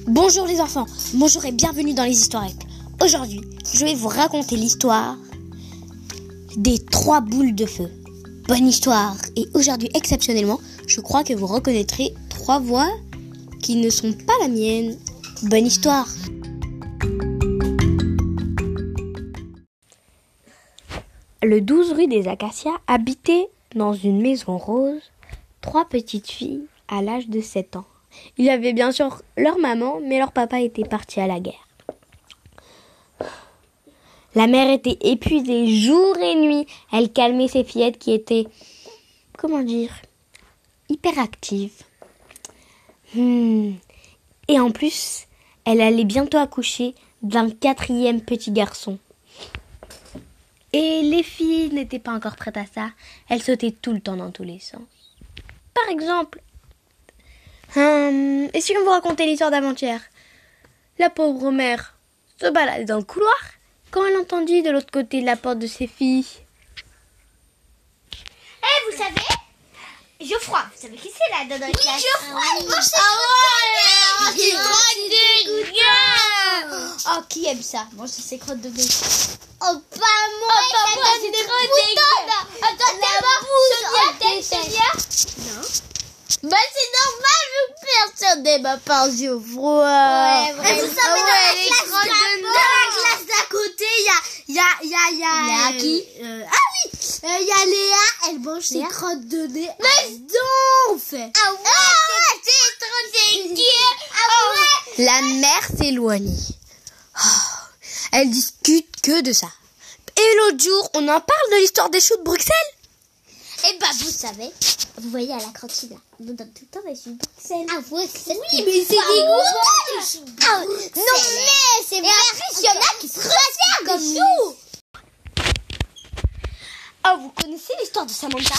Bonjour les enfants, bonjour et bienvenue dans les Histoirettes. Aujourd'hui, je vais vous raconter l'histoire des 3 boules de feu. Bonne histoire. Et aujourd'hui, exceptionnellement, je crois que vous reconnaîtrez 3 voix qui ne sont pas la mienne. Bonne histoire. Le 12 rue des Acacias habitait dans une maison rose 3 petites filles à l'âge de 7 ans. Il y avait bien sûr leur maman, mais leur papa était parti à la guerre. La mère était épuisée jour et nuit. Elle calmait ses fillettes qui étaient, hyperactives. Et en plus, elle allait bientôt accoucher d'un 4e petit garçon. Et les filles n'étaient pas encore prêtes à ça. Elles sautaient tout le temps dans tous les sens. Par exemple, est-ce que je vais vous raconter l'histoire d'avant-hier? La pauvre mère se baladait dans le couloir quand elle entendit de l'autre côté de la porte de ses filles. Vous savez, Geoffroy, vous savez qui c'est là dans notre classe? Geoffroy, c'est trop dégoûtant. Oh, qui aime ça? Moi, c'est crotte de nez. Oh, pas moi, c'est trop dégoûtant. Attends, t'aimes Sonia? Non. Bah c'est normal, vous personne ma part Geoffroy. Ouais, vraiment. Vous savez, dans la classe d'à côté, il y a qui? Il y a Léa, elle mange ses crottes de nez. Mais donc fait. Ah ouais, c'est trop dégueu. La mère s'éloignait. Elle discute que de ça. Et l'autre jour, on en parle de l'histoire des choux de Bruxelles. Eh ben, vous savez, vous voyez à la cantine là, on nous donne tout le temps des choux de Bruxelles. Ah, vous, oui, mais c'est dégoûtant les choux de Bruxelles. Non, mais c'est vrai. Et après, il y en a qui se resserrent comme nous. Oh, vous connaissez l'histoire de Samantha?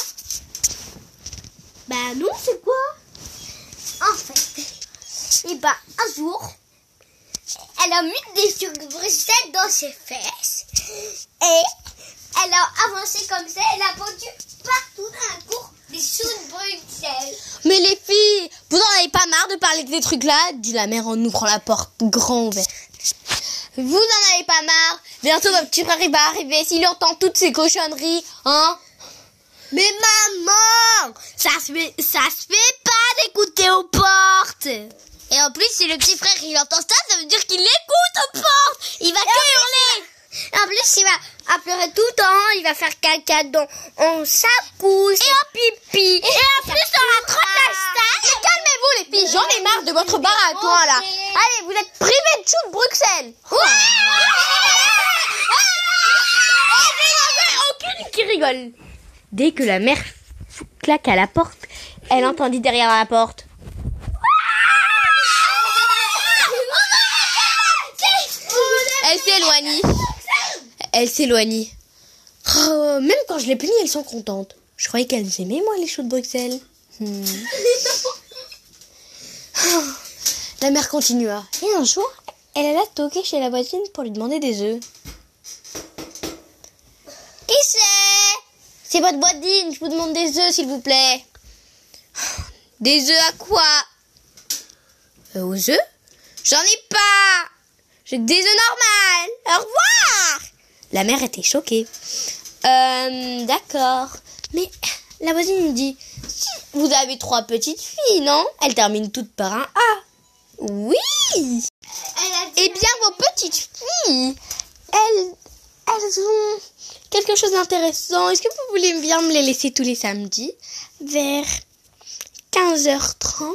Bah non, c'est quoi? En fait, et ben, un jour, elle a mis des choux de Bruxelles dans ses fesses. Et elle a avancé comme ça, elle a vendu partout dans la cour des choux de Bruxelles. Mais les filles, vous n'en avez pas marre de parler de ces trucs-là? Dit la mère en ouvrant la porte grand ouverte. Vous n'en avez pas marre? Bientôt votre petit frère va arriver, s'il entend toutes ces cochonneries, hein? Mais maman, ça se fait pas d'écouter aux portes. Et en plus, si le petit frère il entend ça veut dire qu'il écoute aux portes. Il va que hurler. En plus, il va pleurer tout le temps, il va faire caca dans sa couche. Et en pipi. Et en plus, on va trop la. Mais calmez-vous les filles, j'en ai marre de votre baratin là. Allez, vous êtes privés de choux de Bruxelles. Aucune qui rigole. Dès que la mère claque à la porte, elle entendit derrière la porte. Elle s'éloignit. Oh, même quand je les punis, elles sont contentes. Je croyais qu'elles aimaient, moi, les choux de Bruxelles. La mère continua. Et un jour, elle alla toquer chez la voisine pour lui demander des œufs. Qui c'est? C'est votre voisine, je vous demande des œufs, s'il vous plaît. Des œufs à quoi? Aux œufs? J'en ai pas. J'ai des œufs normales. Au revoir. La mère était choquée. D'accord. Mais la voisine dit, vous avez 3 petites filles, non? Elles terminent toutes par un A. Oui. Eh bien, vos petites filles, elles ont quelque chose d'intéressant. Est-ce que vous voulez bien me les laisser tous les samedis vers 15h30?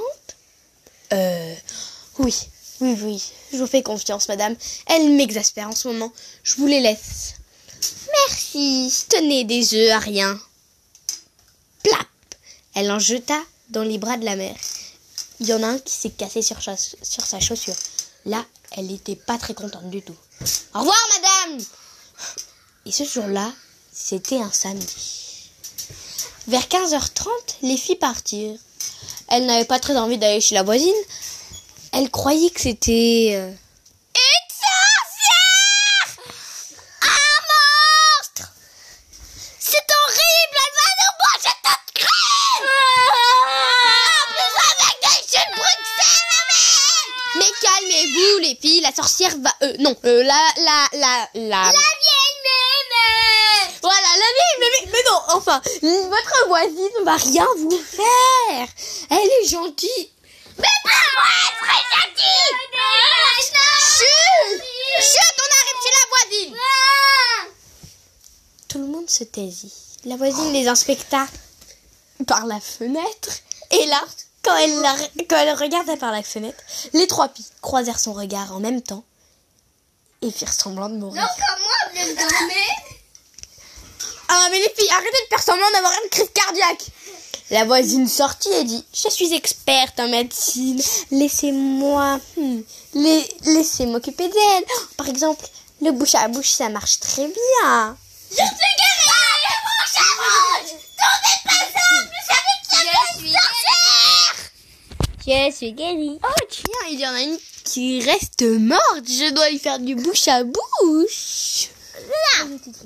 Oui, je vous fais confiance, madame. Elle m'exaspère en ce moment. Je vous les laisse. Merci. Tenez des œufs à rien. Plap. Elle en jeta dans les bras de la mère. Il y en a un qui s'est cassé sur sa chaussure. Là, elle n'était pas très contente du tout. Au revoir, madame. Et ce jour-là, c'était un samedi. Vers 15h30, les filles partirent. Elles n'avaient pas très envie d'aller chez la voisine. Elles croyaient que c'était... Une sorcière! Un monstre! C'est horrible! Elle va nous manger toute crème! En plus avec des choux de Bruxelles, la mère! Mais calme sorcière va... non, la vieille mémé. Voilà, la vieille mémé. Mais non, enfin, votre voisine va rien vous faire. Elle est gentille. Mais pas très gentille. Chut, on arrive chez la voisine. Tout le monde se taisit. La voisine les inspecta par la fenêtre. Et là, quand elle regardait par la fenêtre, les 3 filles croisèrent son regard en même temps et firent semblant de mourir. Non, comme moi, vous me dormez. Ah, mais les filles, arrêtez de faire semblant d'avoir une crise cardiaque. La voisine sortit et dit: je suis experte en médecine. Laissez-moi m'occuper d'elle. Par exemple, le bouche à bouche, ça marche très bien. Je suis guérie. Tournez pas ça. Vous savez que c'est sorcière. Je suis guérie. Oh tiens, il y en a une qui reste morte. Je dois lui faire du bouche à bouche. Là.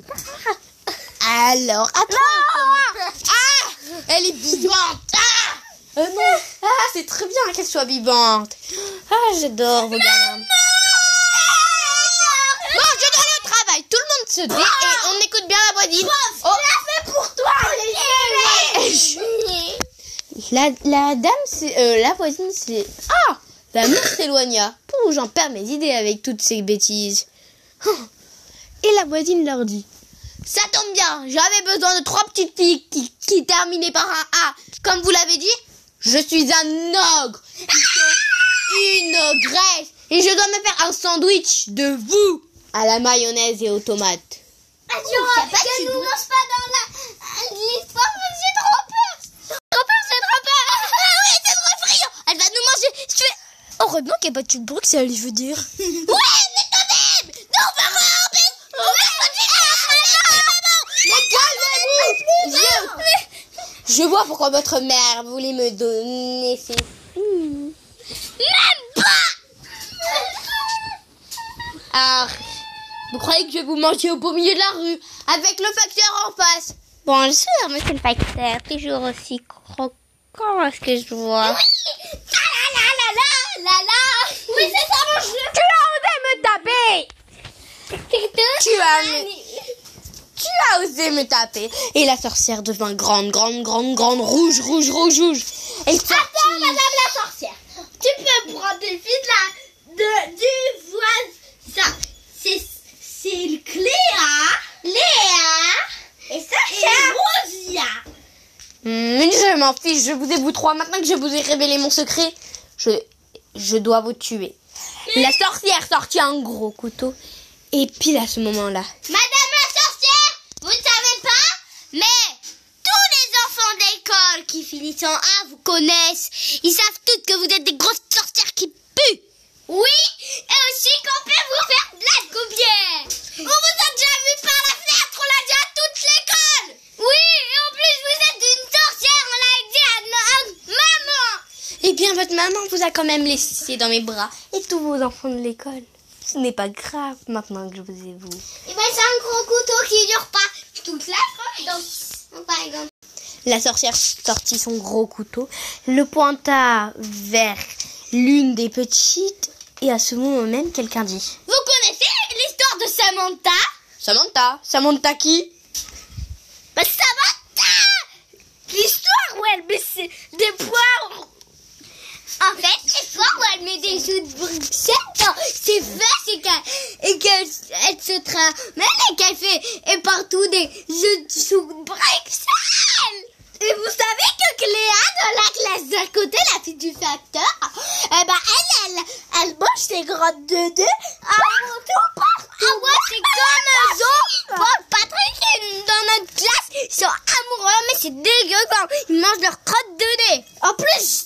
Alors, attends. Ah, elle est vivante. Non. Ah, c'est très bien qu'elle soit vivante. Ah, j'adore vos gamins. Bon, je dois aller au travail. Tout le monde se tait et on écoute bien la voisine. Oh, je l'ai fait pour toi. La dame, c'est la voisine, c'est la mère s'éloigna. J'en perds mes idées avec toutes ces bêtises. Et la voisine leur dit: ça tombe bien, j'avais besoin de 3 petites filles qui terminaient par un A. Comme vous l'avez dit, je suis un ogre. Une ogresse. Et je dois me faire un sandwich de vous à la mayonnaise et aux tomates. Je nous lance pas dans l'histoire, mais j'ai trop peur. Ah oui, c'est trop effrayant. Elle va nous manger. Heureusement qu'il n'y a pas de tube Bruxelles, je veux dire. Ouais, mais quand même. Non, on va Je vois pourquoi votre mère voulait me donner ces filles. Même pas. Ah, vous croyez que je vais vous manger au beau milieu de la rue avec le facteur en face? Bonjour, monsieur le facteur, toujours aussi croquant à ce que je vois. Oui. Oui, c'est ça, mange-le. Tu as osé me taper. Tu as osé me taper. Et la sorcière devint grande, rouge. Elle sortit. Attends, madame la sorcière. Tu peux prendre des filles du voisin. C'est Cléa. Et ça, c'est Rosia. Mais je m'en fiche, je vous ai vous 3. Maintenant que je vous ai révélé mon secret, je dois vous tuer. La sorcière sortit un gros couteau. Et pile à ce moment-là, Madame la sorcière, vous ne savez pas, mais tous les enfants d'école qui finissent en A vous connaissent. Ils savent toutes que vous êtes des grosses sorcières qui puent. Oui, et aussi qu'on peut vous faire de la coupière. On vous a déjà vu par la fenêtre, on l'a dit à toute l'école. Oui, et en plus vous êtes une sorcière, on l'a dit à notre maman. eh bien votre maman vous a quand même laissé dans mes bras. Et tous vos enfants de l'école. Ce n'est pas grave maintenant que je vous ai vu. Et ben c'est un gros couteau qui dure pas toute la journée, donc par exemple. La sorcière sortit son gros couteau, le pointa vers l'une des petites, et à ce moment même, quelqu'un dit: Vous connaissez l'histoire de Samantha? Samantha qui? Bah Samantha! L'histoire où elle met des poires. En fait, l'histoire où elle met des sous de Bruxelles dans ses fesses et qu'elle se tramène et qu'elle fait et partout des jeux de sous de Bruxelles. Et vous savez que Cléa, dans la classe d'à côté, la fille du facteur, eh ben elle mange ses grottes de deux tout partout. Ah ouais, c'est comme eux autres. Paul, Patrick, dans notre classe, ils sont amoureux, mais c'est dégueu quand ils mangent leurs crottes de nez. En plus,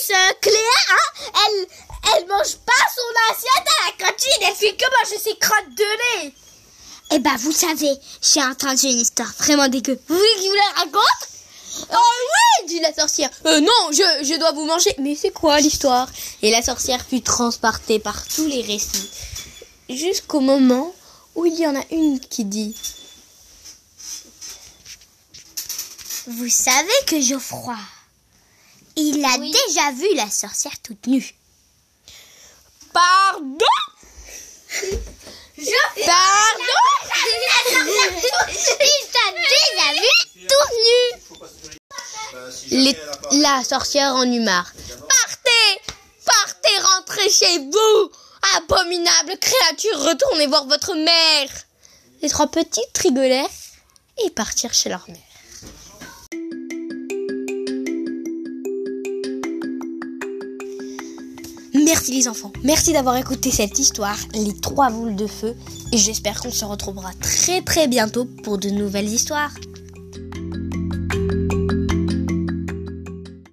Cléa, elle mange pas son assiette à la cantine, elle fait que manger ses crottes de nez. Eh ben, vous savez, j'ai entendu une histoire vraiment dégueu. Vous voulez que je vous la raconte? Oh oui, dit la sorcière. Non, je dois vous manger. Mais c'est quoi l'histoire? Et la sorcière fut transportée par tous les récits, jusqu'au moment où il y en a une qui dit: Vous savez que Geoffroy, il a déjà vu la sorcière toute nue. Pardon? Il t'a déjà vu tout nu. La sorcière en eut marre. Partez, rentrez chez vous. Abominable créature, retournez voir votre mère. Les 3 petites rigolèrent et partirent chez leur mère. Merci les enfants, merci d'avoir écouté cette histoire, les 3 boules de feu, et j'espère qu'on se retrouvera très très bientôt pour de nouvelles histoires.